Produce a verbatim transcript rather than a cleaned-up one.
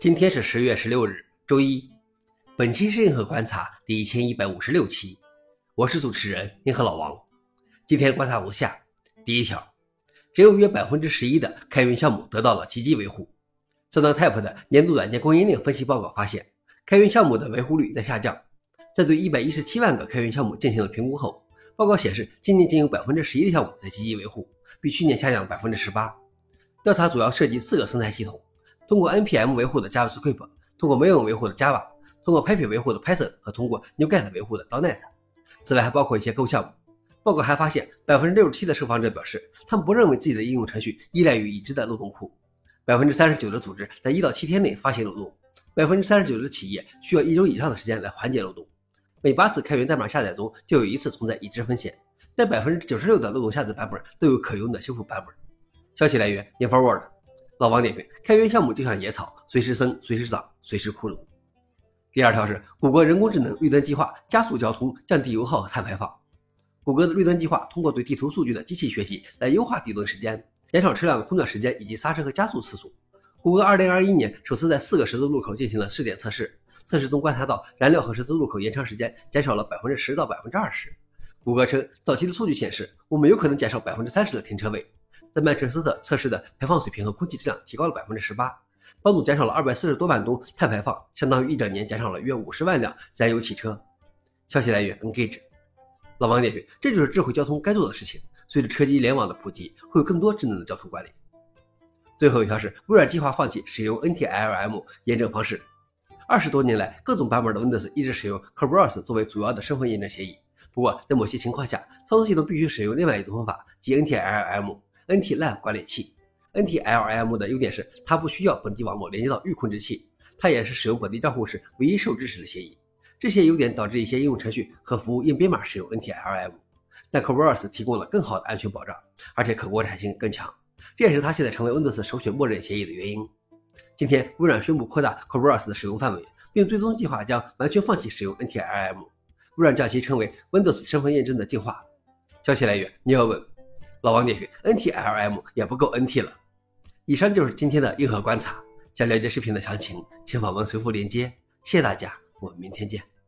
今天是十月十六日，周一。本期是硬核观察第一千一百五十六期，我是主持人硬核老王。今天观察如下：第一条，只有约 百分之十一 的开源项目得到了积极维护。SonarType 的年度软件供应链分析报告发现，开源项目的维护率在下降。在对一百一十七万个开源项目进行了评估后，报告显示今年仅有 百分之十一 的项目在积极维护，比去年下降 百分之十八。调查主要涉及四个生态系统，通过 N P M 维护的 JavaScript， 通过 Maven 维护的 Java， 通过 Pippi 维护的 Python 和通过 NuGet 维护的 .NET。 此外还包括一些 Go 项目。报告还发现 百分之六十七 的受访者表示，他们不认为自己的应用程序依赖于已知的漏洞库。 百分之三十九 的组织在一到七天内发现漏洞， 百分之三十九 的企业需要一周以上的时间来缓解漏洞。每八次开源代码下载中就有一次存在已知风险，但 百分之九十六 的漏洞下载版本都有可用的修复版本。消息来源 InfoWorld。 老王点评：开源项目就像野草，随时生随时长随时枯荣。第二条是谷歌人工智能绿灯计划加速交通，降低油耗和碳排放。谷歌的绿灯计划通过对地图数据的机器学习来优化地灯时间，减少车辆的空转时间以及刹车和加速次数。谷歌二零二一年首次在四个十字路口进行了试点测试，测试中观察到燃料和十字路口延长时间减少了 百分之十 到 百分之二十。 谷歌称早期的数据显示，我们有可能减少 百分之三十 的停车位。在曼彻斯特测试的排放水平和空气质量提高了 百分之十八， 帮助减少了二百四十多万吨碳排放，相当于一整年减少了约五十万辆燃油汽车。消息来源 Engage。 老王点评：这就是智慧交通该做的事情，随着车机联网的普及，会有更多智能的交通管理。最后一条是微软计划放弃使用 N T L M 验证方式。二十多年来，各种版本的 Windows 一直使用 Kerberos 作为主要的身份验证协议，不过在某些情况下，操作系统必须使用另外一种方法，即 N T L M。N T L A N 管理器。 N T L M 的优点是它不需要本地网络连接到预控制器，它也是使用本地账户时唯一受支持的协议。这些优点导致一些应用程序和服务硬编码使用 N T L M， 但 Kerberos 提供了更好的安全保障，而且可国产性更强，这也是它现在成为 Windows 首选默认协议的原因。今天微软宣布扩大 Kerberos 的使用范围，并最终计划将完全放弃使用 N T L M， 微软将其称为 Windows 身份验证的进化。消息来源 Neowin。老王点评： N T L M 也不够 N T 了。以上就是今天的硬核观察，想了解视频的详情，请访问随附链接。谢谢大家，我们明天见。